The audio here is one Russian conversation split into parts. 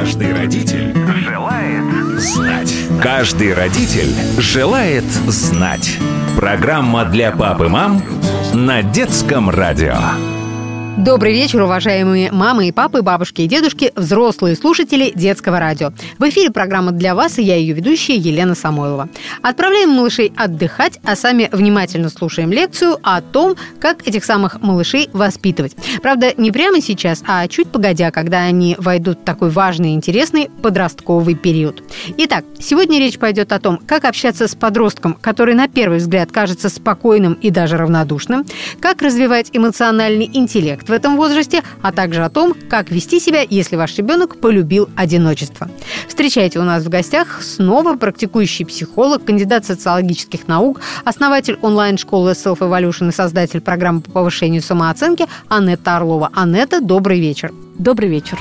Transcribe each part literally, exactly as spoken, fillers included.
Каждый родитель желает знать. Каждый родитель желает знать. Программа для пап и мам на Детском радио. Добрый вечер, уважаемые мамы и папы, бабушки и дедушки, взрослые слушатели Детского радио. В эфире программа для вас, и я ее ведущая Елена Самойлова. Отправляем малышей отдыхать, а сами внимательно слушаем лекцию о том, как этих самых малышей воспитывать. Правда, не прямо сейчас, а чуть погодя, когда они войдут в такой важный и интересный подростковый период. Итак, сегодня речь пойдет о том, как общаться с подростком, который на первый взгляд кажется спокойным и даже равнодушным, как развивать эмоциональный интеллект в этом возрасте, а также о том, как вести себя, если ваш ребенок полюбил одиночество. Встречайте, у нас в гостях снова практикующий психолог, кандидат социологических наук, основатель онлайн-школы Self Evolution и создатель программы по повышению самооценки Анетта Орлова. Анетта, добрый вечер. Добрый вечер.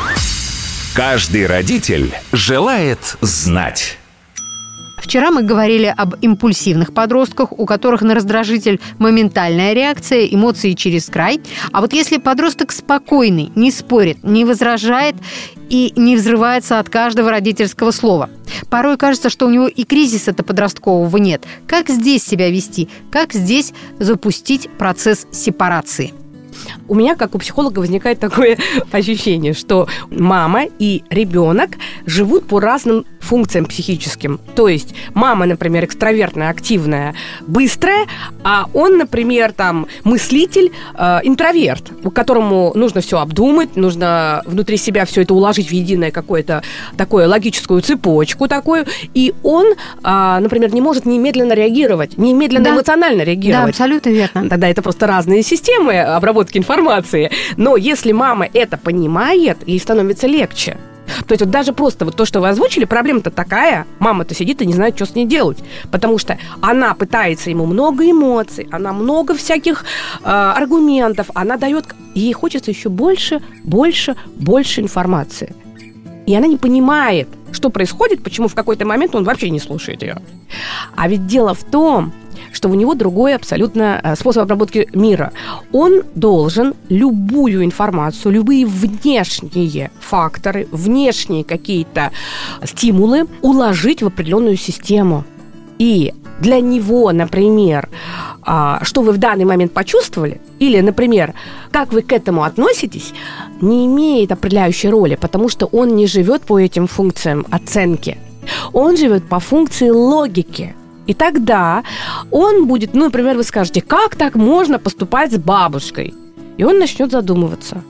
Каждый родитель желает знать. Вчера мы говорили об импульсивных подростках, у которых на раздражитель моментальная реакция, эмоции через край. А вот если подросток спокойный, не спорит, не возражает и не взрывается от каждого родительского слова, порой кажется, что у него и кризиса-то подросткового нет. Как здесь себя вести? Как здесь запустить процесс сепарации? У меня, как у психолога, возникает такое ощущение, что мама и ребенок живут по разным функциям психическим. То есть мама, например, экстравертная, активная, быстрая, а он, например, там мыслитель, э, интроверт, которому нужно все обдумать, нужно внутри себя все это уложить в единое какое-то такое логическую цепочку такую, и он, э, например, не может немедленно реагировать, немедленно да. эмоционально реагировать. Да, абсолютно верно. Тогда это просто разные системы обработки информации. Но если мама это понимает, ей становится легче. То есть вот даже просто вот то, что вы озвучили, проблема-то такая, мама-то сидит и не знает, что с ней делать, потому что она пытается ему много эмоций, она много всяких э, аргументов, она дает, ей хочется еще больше, больше, больше информации. И она не понимает, что происходит, почему в какой-то момент он вообще не слушает ее. А ведь дело в том, что у него другой абсолютно способ обработки мира. Он должен любую информацию, любые внешние факторы, внешние какие-то стимулы уложить в определенную систему. И для него, например, что вы в данный момент почувствовали, или, например, как вы к этому относитесь, не имеет определяющей роли, потому что он не живет по этим функциям оценки. Он живет по функции логики. И тогда он будет, ну, например, вы скажете, как так можно поступать с бабушкой? И он начнет задумываться,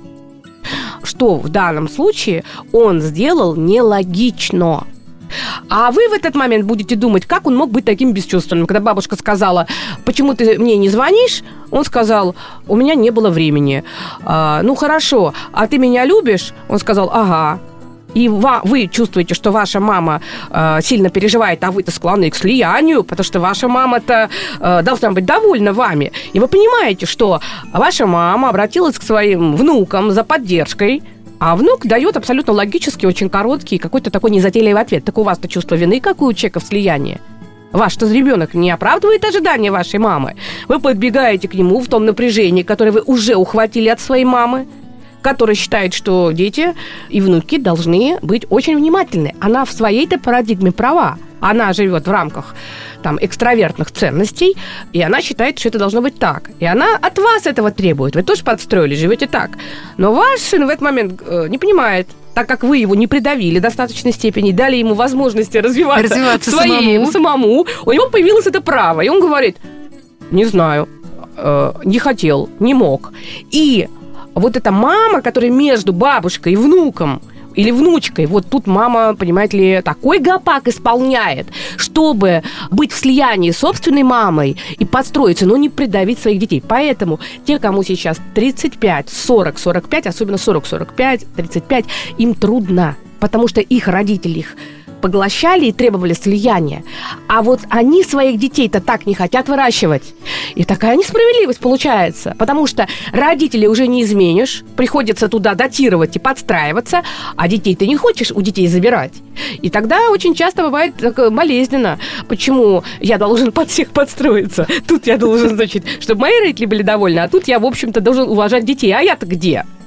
что в данном случае он сделал нелогично. А вы в этот момент будете думать, как он мог быть таким бесчувственным. Когда бабушка сказала, почему ты мне не звонишь, он сказал, у меня не было времени. А, ну, хорошо, а ты меня любишь? Он сказал, ага. И вы чувствуете, что ваша мама э, сильно переживает, а вы-то склонны к слиянию, потому что ваша мама-то э, должна быть довольна вами. И вы понимаете, что ваша мама обратилась к своим внукам за поддержкой, а внук дает абсолютно логически очень короткий какой-то такой незатейливый ответ. Так у вас-то чувство вины, как у человека в слиянии. Ваш-то ребенок не оправдывает ожидания вашей мамы. Вы подбегаете к нему в том напряжении, которое вы уже ухватили от своей мамы, который считает, что дети и внуки должны быть очень внимательны. Она в своей-то парадигме права. Она живет в рамках там, экстравертных ценностей, и она считает, что это должно быть так. И она от вас этого требует. Вы тоже подстроили, живете так. Но ваш сын в этот момент э, не понимает, так как вы его не придавили в достаточной степени, дали ему возможности развиваться, развиваться своим, самому. самому, у него появилось это право. И он говорит, не знаю, э, не хотел, не мог. И вот эта мама, которая между бабушкой и внуком или внучкой, вот тут мама, понимаете ли, такой гопак исполняет, чтобы быть в слиянии с собственной мамой и подстроиться, но не придавить своих детей. Поэтому те, кому сейчас тридцать пять, сорок, сорок пять, особенно сорок, сорок пять, тридцать пять, им трудно, потому что их родители их поглощали и требовали слияния. А вот они своих детей-то так не хотят выращивать. И такая несправедливость получается. Потому что родителей уже не изменишь, приходится туда датировать и подстраиваться, а детей ты не хочешь у детей забирать. И тогда очень часто бывает так болезненно. Почему я должен под всех подстроиться? Тут я должен, значит, чтобы мои родители были довольны, а тут я, в общем-то, должен уважать детей. А я-то где?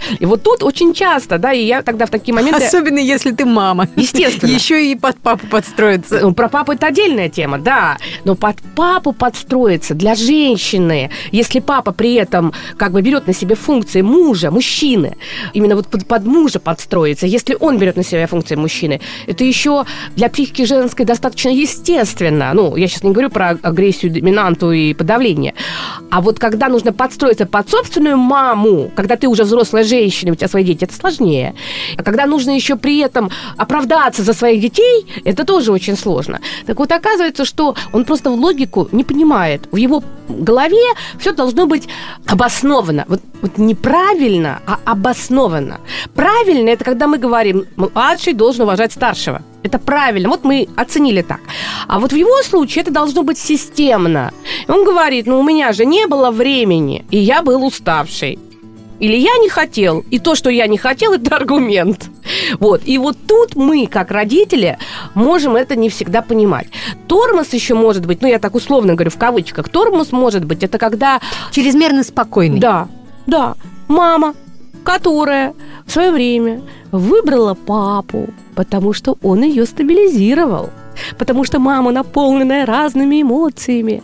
И вот тут очень часто, да, и я тогда в такие моменты... Особенно если ты мама. Естественно. Еще и под папу подстроиться. Ну, про папу это отдельная тема, да. Но под папу подстроиться для женщины, если папа при этом как бы берет на себя функции мужа, мужчины, именно вот под, под мужа подстроиться, если он берет на себя функции мужчины, это еще для психики женской достаточно естественно. Ну, я сейчас не говорю про агрессию, доминанту и подавление. А вот когда нужно подстроиться под собственную маму, когда ты уже взрослая женщина, у тебя свои дети, это сложнее. А когда нужно еще при этом оправдаться за своих детей, это тоже очень сложно. Так вот, оказывается, что он просто в логику не понимает. В его голове все должно быть обосновано. Вот, вот неправильно, а обоснованно. Правильно – это когда мы говорим, младший должен уважать старшего. Это правильно. Вот мы оценили так. А вот в его случае это должно быть системно. И он говорит, ну, у меня же не было времени, и я был уставший. Или я не хотел, и то, что я не хотел, это аргумент. Вот. И вот тут мы, как родители, можем это не всегда понимать. Тормоз еще может быть, ну, я так условно говорю, в кавычках, тормоз может быть, это когда... Чрезмерно спокойный. Да, да. Мама, которая в свое время выбрала папу, потому что он ее стабилизировал. Потому что мама, наполненная разными эмоциями,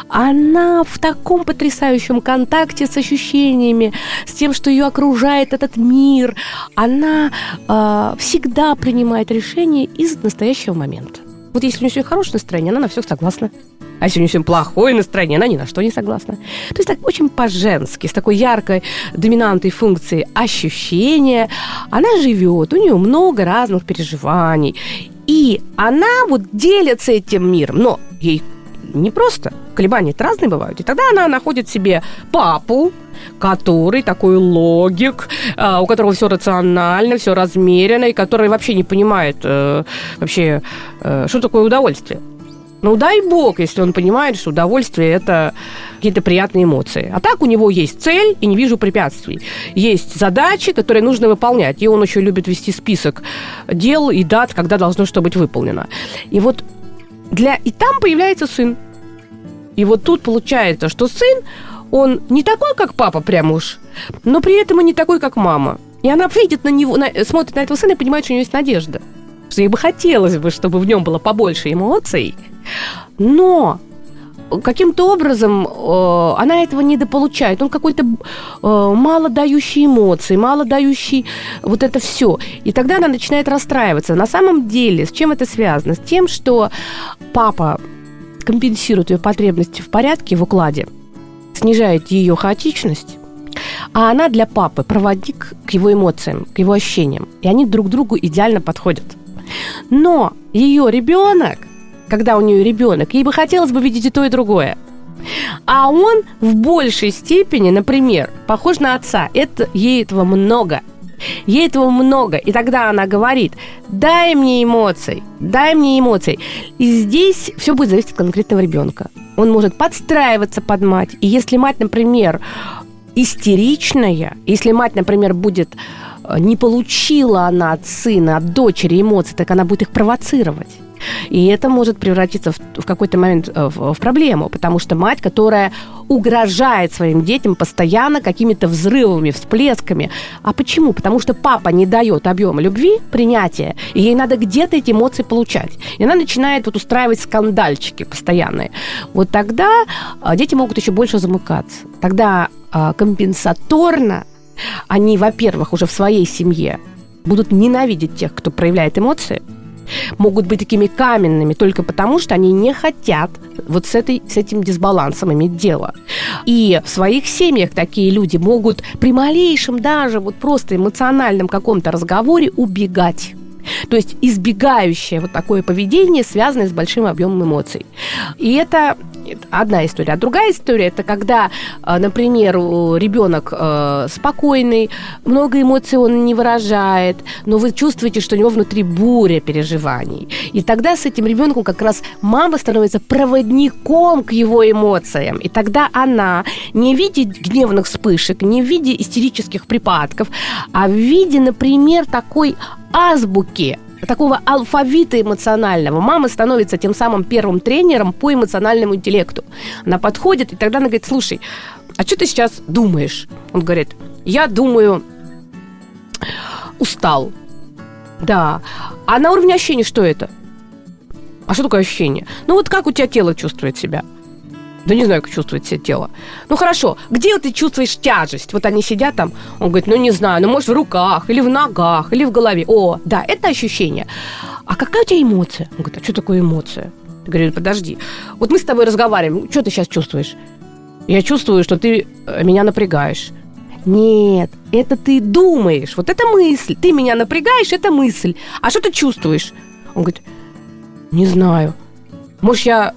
она в таком потрясающем контакте с ощущениями, с тем, что ее окружает этот мир, она э, всегда принимает решения из настоящего момента. Вот если у нее сегодня хорошее настроение, она на все согласна. А если у нее сегодня плохое настроение, она ни на что не согласна. То есть так очень по-женски, с такой яркой доминантной функцией ощущения. Она живет, у нее много разных переживаний. И она вот делится этим миром, но ей не просто, колебания-то разные бывают. И тогда она находит себе папу, который такой логик, у которого все рационально, все размеренно, и который вообще не понимает э, вообще, э, что такое удовольствие. Ну, дай бог, если он понимает, что удовольствие – это какие-то приятные эмоции. А так у него есть цель, и не вижу препятствий. Есть задачи, которые нужно выполнять. И он еще любит вести список дел и дат, когда должно что быть выполнено. И вот для... И там появляется сын. И вот тут получается, что сын, он не такой, как папа прям уж, но при этом и не такой, как мама. И она видит на него, на... смотрит на этого сына и понимает, что у него есть надежда. Что ей бы хотелось бы, чтобы в нем было побольше эмоций, но каким-то образом э, она этого недополучает. Он какой-то э, мало дающий эмоции, мало дающий вот это все. И тогда она начинает расстраиваться. На самом деле, с чем это связано? С тем, что папа компенсирует ее потребности в порядке, в укладе, снижает ее хаотичность, а она для папы проводник к его эмоциям, к его ощущениям. И они друг другу идеально подходят. Но ее ребенок, когда у нее ребенок, ей бы хотелось бы видеть и то, и другое. А он в большей степени, например, похож на отца. Это, ей этого много. Ей этого много. И тогда она говорит: дай мне эмоций, дай мне эмоций. И здесь все будет зависеть от конкретного ребенка. Он может подстраиваться под мать. И если мать, например, истеричная, если мать, например, будет... не получила она от сына, от дочери эмоций, так она будет их провоцировать. И это может превратиться в, в какой-то момент в, в проблему, потому что мать, которая угрожает своим детям постоянно какими-то взрывами, всплесками. А почему? Потому что папа не дает объема любви, принятия, и ей надо где-то эти эмоции получать. И она начинает вот устраивать скандальчики постоянные. Вот тогда дети могут еще больше замыкаться. Тогда компенсаторно они, во-первых, уже в своей семье будут ненавидеть тех, кто проявляет эмоции, могут быть такими каменными только потому, что они не хотят вот с, этой, с этим дисбалансом иметь дело. И в своих семьях такие люди могут при малейшем даже вот просто эмоциональном каком-то разговоре убегать. То есть избегающее вот такое поведение, связанное с большим объемом эмоций. И это одна история. А другая история – это когда, например, ребенок спокойный, много эмоций он не выражает, но вы чувствуете, что у него внутри буря переживаний. И тогда с этим ребенком как раз мама становится проводником к его эмоциям. И тогда она не в виде гневных вспышек, не в виде истерических припадков, а в виде, например, такой азбуки, такого алфавита эмоционального. Мама становится тем самым первым тренером по эмоциональному интеллекту. Она подходит, и тогда она говорит: слушай, а что ты сейчас думаешь? Он говорит: я думаю устал. Да. А на уровне ощущений что это? А что такое ощущение? Ну вот как у тебя тело чувствует себя? Да не знаю, как чувствует себя тело. Ну хорошо, где ты чувствуешь тяжесть? Вот они сидят там, он говорит, ну не знаю, ну может в руках, или в ногах, или в голове. О, да, это ощущение. А какая у тебя эмоция? Он говорит, а что такое эмоция? Я говорю, подожди, вот мы с тобой разговариваем, что ты сейчас чувствуешь? Я чувствую, что ты меня напрягаешь. Нет, это ты думаешь, вот это мысль. Ты меня напрягаешь, это мысль. А что ты чувствуешь? Он говорит, не знаю. Может, я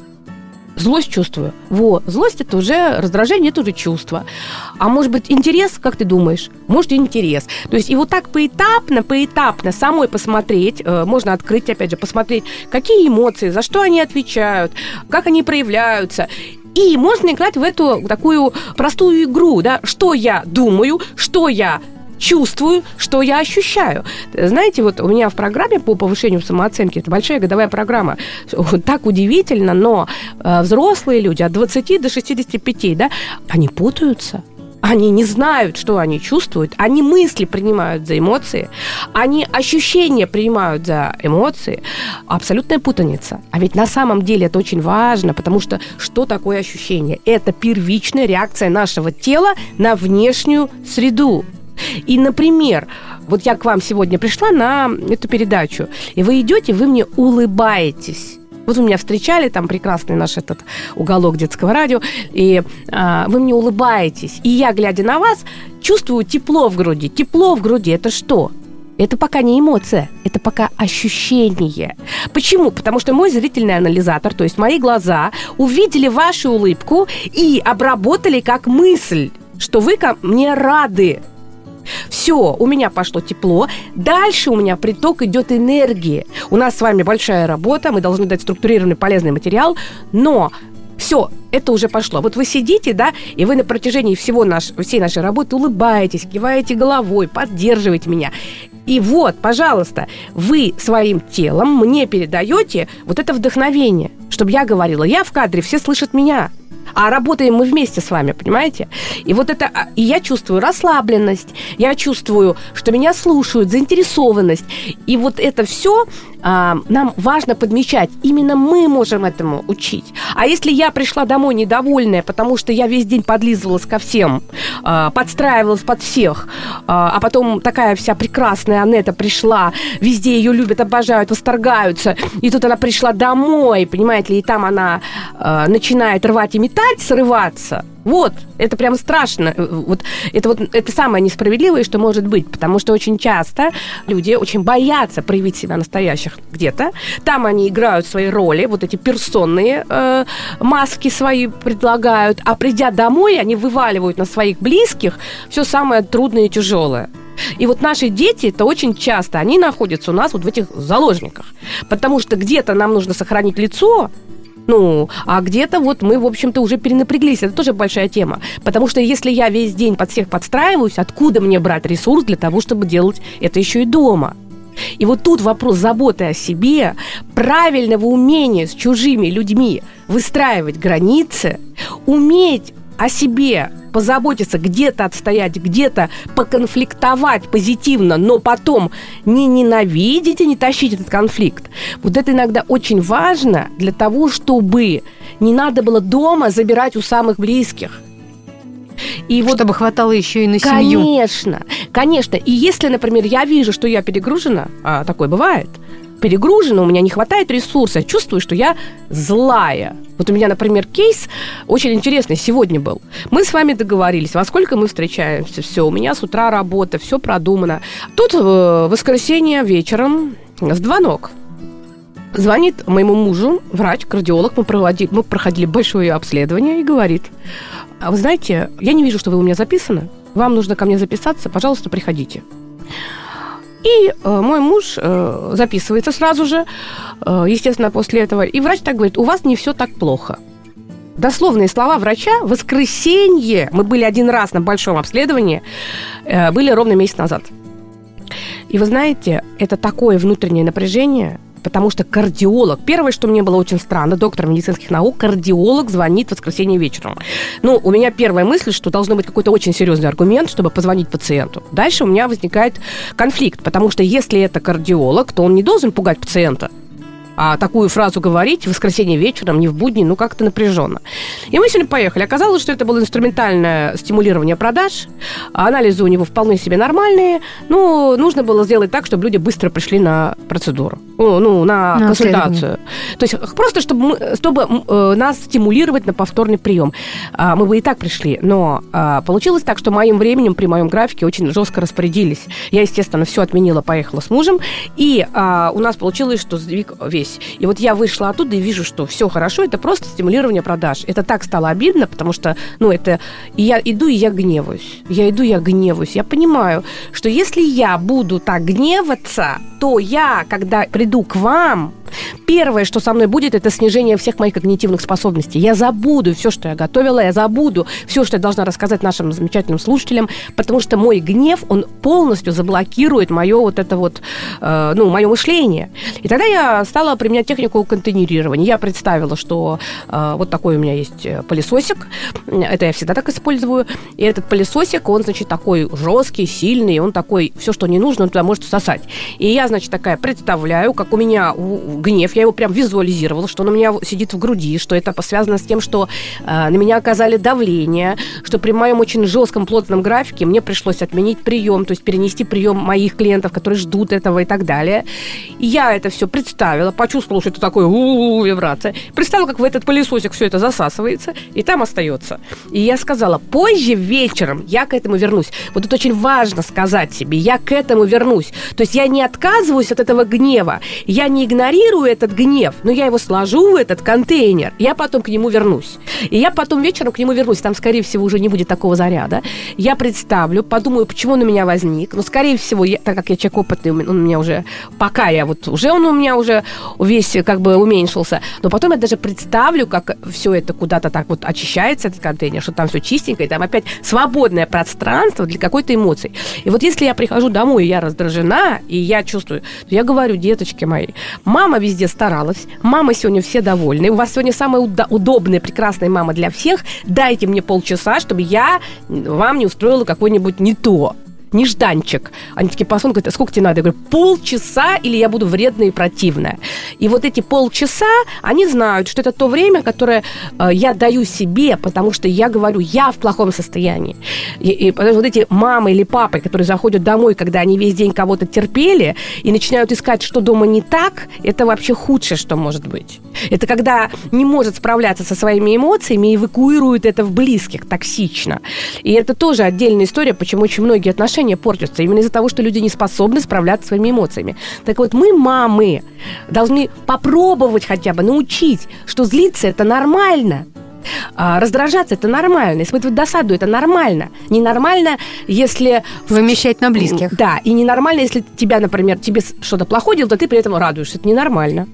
злость чувствую? Вот, злость – это уже раздражение, это уже чувство. А может быть, интерес, как ты думаешь? Может, интерес. То есть и вот так поэтапно, поэтапно самой посмотреть, э, можно открыть, опять же, посмотреть, какие эмоции, за что они отвечают, как они проявляются. И можно играть в эту такую простую игру, да, что я думаю, что я чувствую, что я ощущаю. Знаете, вот у меня в программе по повышению самооценки, это большая годовая программа, так удивительно, но э, взрослые люди от двадцати до шестидесяти пяти, да, они путаются. Они не знают, что они чувствуют, они мысли принимают за эмоции, они ощущения принимают за эмоции. Абсолютная путаница. А ведь на самом деле это очень важно, потому что что такое ощущение? Это первичная реакция нашего тела на внешнюю среду. И, например, вот я к вам сегодня пришла на эту передачу, и вы идете, вы мне улыбаетесь. Вот вы меня встречали, там прекрасный наш этот уголок детского радио, и а, вы мне улыбаетесь. И я, глядя на вас, чувствую тепло в груди. Тепло в груди – это что? Это пока не эмоция, это пока ощущение. Почему? Потому что мой зрительный анализатор, то есть мои глаза, увидели вашу улыбку и обработали как мысль, что вы ко мне рады. Все, у меня пошло тепло. Дальше у меня приток идет энергии. У нас с вами большая работа, мы должны дать структурированный полезный материал, но все, это уже пошло. Вот вы сидите, да, и вы на протяжении всего наш, всей нашей работы улыбаетесь, киваете головой, поддерживаете меня. И вот, пожалуйста, вы своим телом мне передаете вот это вдохновение, чтобы я говорила, я в кадре, все слышат меня. А работаем мы вместе с вами, понимаете? И вот это, и я чувствую расслабленность, я чувствую, что меня слушают, заинтересованность. И вот это все а, нам важно подмечать. Именно мы можем этому учить. А если я пришла домой недовольная, потому что я весь день подлизывалась ко всем, а, подстраивалась под всех, а, а потом такая вся прекрасная Анетта пришла, везде ее любят, обожают, восторгаются, и тут она пришла домой, понимаете ли, и там она а, начинает рвать и метать, срываться. Вот, это прям страшно. Вот, это, вот, это самое несправедливое, что может быть, потому что очень часто люди очень боятся проявить себя настоящих где-то. Там они играют свои роли, вот эти персонные э, маски свои предлагают, а придя домой, они вываливают на своих близких все самое трудное и тяжелое. И вот наши дети, это очень часто, они находятся у нас вот в этих заложниках, потому что где-то нам нужно сохранить лицо, ну, а где-то вот мы, в общем-то, уже перенапряглись. Это тоже большая тема. Потому что если я весь день под всех подстраиваюсь, откуда мне брать ресурс для того, чтобы делать это еще и дома? И вот тут вопрос заботы о себе, правильного умения с чужими людьми выстраивать границы, уметь о себе позаботиться, где-то отстоять, где-то поконфликтовать позитивно, но потом не ненавидеть и не тащить этот конфликт. Вот это иногда очень важно для того, чтобы не надо было дома забирать у самых близких. И вот, чтобы хватало еще и на семью. Конечно, конечно. И если, например, я вижу, что я перегружена, а такое бывает, перегружена, у меня не хватает ресурса, чувствую, что я злая. Вот у меня, например, кейс очень интересный сегодня был. Мы с вами договорились, во сколько мы встречаемся. Все, у меня с утра работа, все продумано. Тут в воскресенье вечером звонок. Звонит моему мужу врач, кардиолог. Мы проводили, мы проходили большое обследование и говорит: а вы знаете, я не вижу, что вы у меня записаны. Вам нужно ко мне записаться, пожалуйста, приходите. И э, мой муж э, записывается сразу же, э, естественно, после этого. И врач так говорит: у вас не все так плохо. Дословные слова врача: в воскресенье, мы были один раз на большом обследовании, э, были ровно месяц назад. И вы знаете, это такое внутреннее напряжение, потому что кардиолог, первое, что мне было очень странно, доктор медицинских наук, кардиолог звонит в воскресенье вечером. Ну, у меня первая мысль, что должно быть какой-то очень серьезный аргумент, чтобы позвонить пациенту. Дальше у меня возникает конфликт, потому что если это кардиолог, то он не должен пугать пациента. А такую фразу говорить в воскресенье вечером, не в будни, ну, как-то напряженно. И мы сегодня поехали. Оказалось, что это было инструментальное стимулирование продаж. Анализы у него вполне себе нормальные. Ну, нужно было сделать так, чтобы люди быстро пришли на процедуру. Ну, на, на консультацию. То есть просто, чтобы, мы, чтобы э, нас стимулировать на повторный прием. А, мы бы и так пришли. Но а, получилось так, что моим временем при моем графике очень жестко распорядились. Я, естественно, все отменила, поехала с мужем. И а, у нас получилось, что сдвиг весь. И вот я вышла оттуда и вижу, что все хорошо, это просто стимулирование продаж. Это так стало обидно, потому что, ну, это... И я иду, и я гневаюсь. Я иду, я гневаюсь. Я понимаю, что если я буду так гневаться, то я, когда приду к вам, первое, что со мной будет, это снижение всех моих когнитивных способностей. Я забуду все, что я готовила, я забуду все, что я должна рассказать нашим замечательным слушателям, потому что мой гнев, он полностью заблокирует мое вот это вот, э, ну, мое мышление. И тогда я стала применять технику контейнерирования. Я представила, что э, вот такой у меня есть пылесосик, это я всегда так использую, и этот пылесосик, он, значит, такой жесткий, сильный, он такой, все, что не нужно, он туда может всосать. И я, значит, такая представляю, как у меня гнев, я его прям визуализировала, что он у меня сидит в груди, что это связано с тем, что э, на меня оказали давление, что при моем очень жестком, плотном графике мне пришлось отменить прием, то есть перенести прием моих клиентов, которые ждут этого и так далее. И я это все представила, почувствовала, что это такое у-у-у, вибрация. Представила, как в этот пылесосик все это засасывается и там остается. И я сказала, позже вечером я к этому вернусь. Вот это очень важно сказать себе, я к этому вернусь. То есть я не отказываюсь от этого гнева, я не игнорирую этот гнев, но я его сложу в этот контейнер, я потом к нему вернусь. И я потом вечером к нему вернусь, там, скорее всего, уже не будет такого заряда. Я представлю, подумаю, почему он у меня возник. Но, скорее всего, я, так как я человек опытный, он у меня уже, пока я вот, уже он у меня уже весь как бы уменьшился, но потом я даже представлю, как все это куда-то так вот очищается, этот контейнер, что там все чистенько, и там опять свободное пространство для какой-то эмоции. И вот если я прихожу домой, и я раздражена, и я чувствую, то я говорю, деточки мои, мама везде старалась, мама сегодня все довольны, у вас сегодня самая уда- удобная, прекрасная мама для всех, дайте мне полчаса, чтобы я вам не устроила какой-нибудь не то. Нежданчик. Они такие посмотрят, говорят, а сколько тебе надо? Я говорю, полчаса, или я буду вредная и противная. И вот эти полчаса, они знают, что это то время, которое э, я даю себе, потому что я говорю, я в плохом состоянии. И, и вот эти мамы или папы, которые заходят домой, когда они весь день кого-то терпели, и начинают искать, что дома не так, это вообще худшее, что может быть. Это когда не может справляться со своими эмоциями и эвакуирует это в близких токсично. И это тоже отдельная история, почему очень многие отношения портятся именно из-за того, что люди не способны справляться со своими эмоциями. Так вот, мы, мамы, должны попробовать хотя бы научить, что злиться – это нормально. А, раздражаться – это нормально, испытывать досаду – это нормально. Ненормально, если… Вымещать на близких. Да, и ненормально, если тебя, например, тебе что-то плохое делают, то ты при этом радуешься. Это ненормально.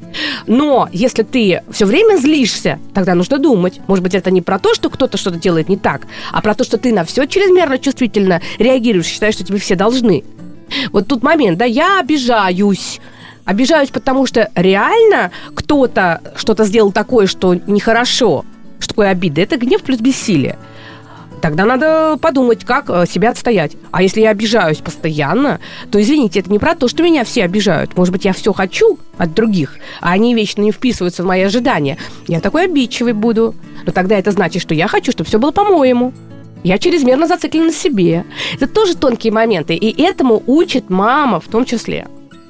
Но если ты все время злишься, тогда нужно думать. Может быть, это не про то, что кто-то что-то делает не так, а про то, что ты на все чрезмерно чувствительно реагируешь, считаешь, что тебе все должны. Вот тут момент, да, я обижаюсь. Обижаюсь, потому что реально кто-то что-то сделал такое, что нехорошо. Что такое обида? Это гнев плюс бессилие. Тогда надо подумать, как себя отстоять. А если я обижаюсь постоянно, то, извините, это не про то, что меня все обижают. Может быть, я все хочу от других, а они вечно не вписываются в мои ожидания. Я такой обидчивый буду. Но тогда это значит, что я хочу, чтобы все было по-моему. Я чрезмерно зациклена на себе. Это тоже тонкие моменты. И этому учит мама в том числе.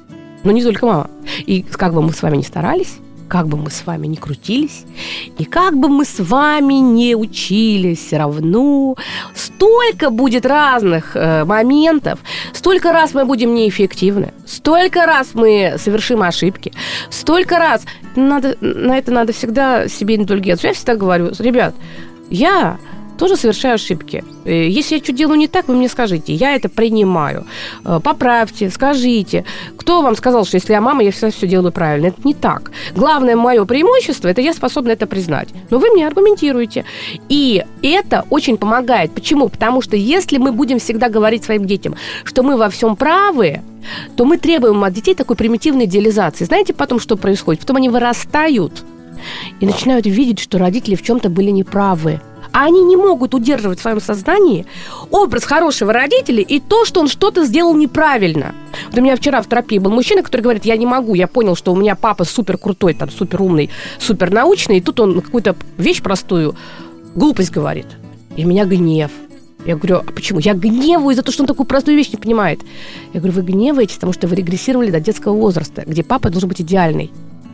Но не только мама. И как бы мы с вами ни старались, как бы мы с вами ни крутились, и как бы мы с вами не учились, все равно столько будет разных э, моментов, столько раз мы будем неэффективны, столько раз мы совершим ошибки, столько раз надо, на это надо всегда себе индульгенцию. Я всегда говорю, ребят, я тоже совершаю ошибки. Если я что делаю не так, вы мне скажите. Я это принимаю. Поправьте, скажите. Кто вам сказал, что если я мама, я всегда все делаю правильно? Это не так. Главное мое преимущество – это я способна это признать. Но вы мне аргументируете. И это очень помогает. Почему? Потому что если мы будем всегда говорить своим детям, что мы во всем правы, то мы требуем от детей такой примитивной идеализации. Знаете потом, что происходит? Потом они вырастают и начинают видеть, что родители в чем-то были неправы. А они не могут удерживать в своем сознании образ хорошего родителя и то, что он что-то сделал неправильно. Вот у меня вчера в терапии был мужчина, который говорит: я не могу, я понял, что у меня папа супер крутой, там, супер умный, супер научный, и тут он какую-то вещь простую, глупость говорит. И у меня гнев. Я говорю: а почему? Я гневаюсь за то, что он такую простую вещь не понимает. Я говорю: вы гневаетесь, потому что вы регрессировали до детского возраста, где папа должен быть идеальный.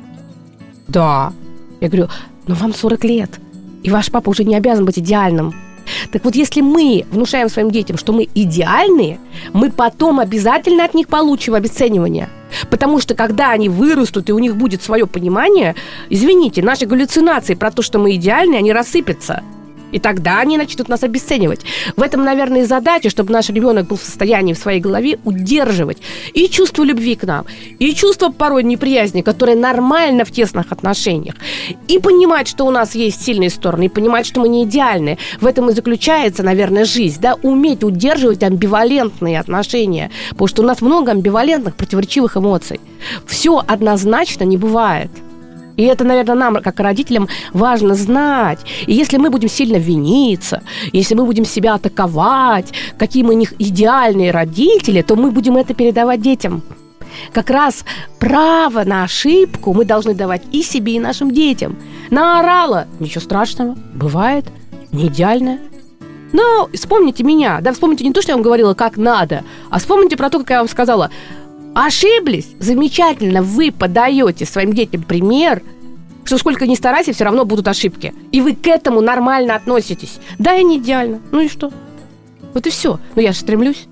Да. Я говорю: но вам сорок лет. И ваш папа уже не обязан быть идеальным. Так вот, если мы внушаем своим детям, что мы идеальные, мы потом обязательно от них получим обесценивание. Потому что, когда они вырастут, и у них будет свое понимание, извините, наши галлюцинации про то, что мы идеальные, они рассыпятся. И тогда они начнут нас обесценивать. В этом, наверное, и задача, чтобы наш ребенок был в состоянии в своей голове удерживать и чувство любви к нам, и чувство порой неприязни, которое нормально в тесных отношениях, и понимать, что у нас есть сильные стороны, и понимать, что мы не идеальны. В этом и заключается, наверное, жизнь, да, уметь удерживать амбивалентные отношения, потому что у нас много амбивалентных, противоречивых эмоций. Все однозначно не бывает. И это, наверное, нам, как родителям, важно знать. И если мы будем сильно виниться, если мы будем себя атаковать, какие мы них идеальные родители, то мы будем это передавать детям. Как раз право на ошибку мы должны давать и себе, и нашим детям. Наорала, ничего страшного, бывает, не идеальная. Но вспомните меня, да, вспомните не то, что я вам говорила, как надо, а вспомните про то, как я вам сказала: ошиблись, замечательно, вы подаете своим детям пример, что сколько ни старайся, все равно будут ошибки. И вы к этому нормально относитесь. Да, я не идеально. Ну и что? Вот и все. Но я же стремлюсь.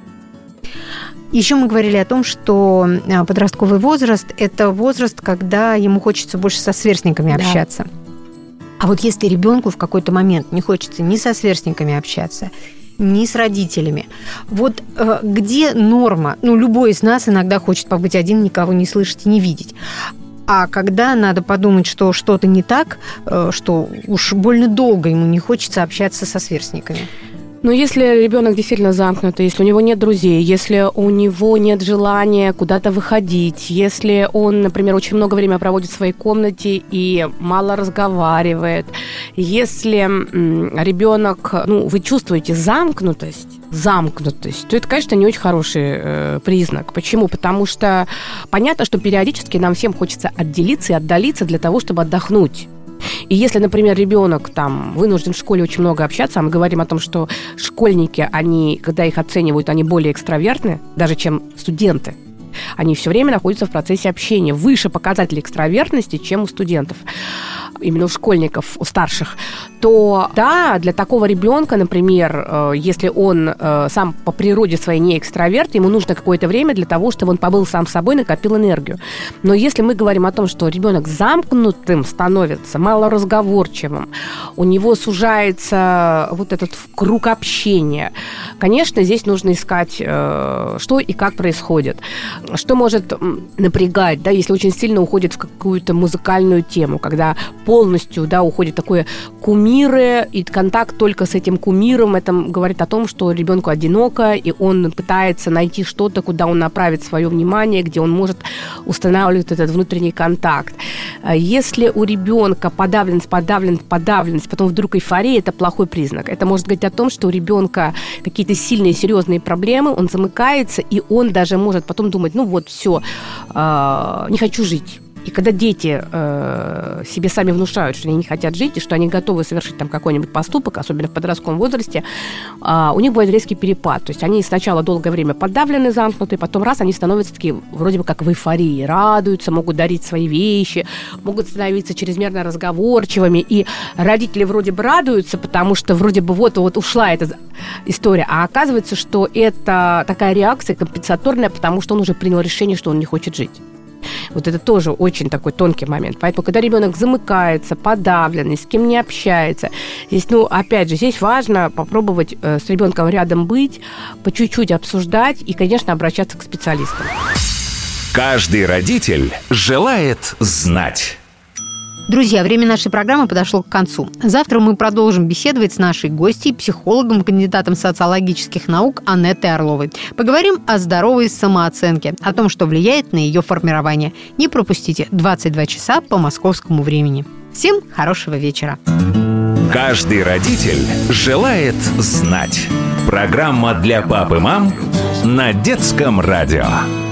Еще мы говорили о том, что подростковый возраст – это возраст, когда ему хочется больше со сверстниками Да. общаться. А вот если ребенку в какой-то момент не хочется ни со сверстниками общаться, ни с родителями. Вот э, где норма? Ну, любой из нас иногда хочет побыть один, никого не слышать и не видеть. А когда надо подумать, что что-то не так, э, что уж больно долго ему не хочется общаться со сверстниками. Но если ребенок действительно замкнутый, если у него нет друзей, если у него нет желания куда-то выходить, если он, например, очень много времени проводит в своей комнате и мало разговаривает, если м, ребенок, ну, вы чувствуете замкнутость, замкнутость, то это, конечно, не очень хороший э, признак. Почему? Потому что понятно, что периодически нам всем хочется отделиться и отдалиться для того, чтобы отдохнуть. И если, например, ребенок там вынужден в школе очень много общаться, а мы говорим о том, что школьники, они, когда их оценивают, они более экстравертны, даже чем студенты. Они все время находятся в процессе общения, выше показателей экстравертности, чем у студентов, именно у школьников, у старших, то да, для такого ребенка, например, если он сам по природе своей не экстраверт, ему нужно какое-то время для того, чтобы он побыл сам собой, накопил энергию. Но если мы говорим о том, что ребенок замкнутым становится, малоразговорчивым, у него сужается вот этот круг общения, конечно, здесь нужно искать, что и как происходит. Что может напрягать, да, если очень сильно уходит в какую-то музыкальную тему, когда полностью, да, уходит такое кумиры, и контакт только с этим кумиром, это говорит о том, что ребенку одиноко, и он пытается найти что-то, куда он направит свое внимание, где он может устанавливать этот внутренний контакт. Если у ребенка подавленность, подавленность, подавленность, потом вдруг эйфория, это плохой признак. Это может говорить о том, что у ребенка какие-то сильные, серьезные проблемы, он замыкается, и он даже может потом думать: ну вот, все, э, не хочу жить. И когда дети э, себе сами внушают, что они не хотят жить, и что они готовы совершить там какой-нибудь поступок, особенно в подростковом возрасте, э, у них будет резкий перепад. То есть они сначала долгое время подавлены, замкнутые, потом раз, они становятся такие вроде бы как в эйфории, радуются, могут дарить свои вещи, могут становиться чрезмерно разговорчивыми. И родители вроде бы радуются, потому что вроде бы вот, вот ушла эта история. А оказывается, что это такая реакция компенсаторная, потому что он уже принял решение, что он не хочет жить. Вот это тоже очень такой тонкий момент. Поэтому, когда ребенок замыкается, подавленный, с кем не общается, здесь, ну, опять же, здесь важно попробовать э, с ребенком рядом быть, по чуть-чуть обсуждать и, конечно, обращаться к специалистам. Каждый родитель желает знать. Друзья, время нашей программы подошло к концу. Завтра мы продолжим беседовать с нашей гостьей, психологом, кандидатом социологических наук Анеттой Орловой. Поговорим о здоровой самооценке, о том, что влияет на ее формирование. Не пропустите, двадцать два часа по московскому времени. Всем хорошего вечера. Каждый родитель желает знать. Программа для пап и мам на Детском радио.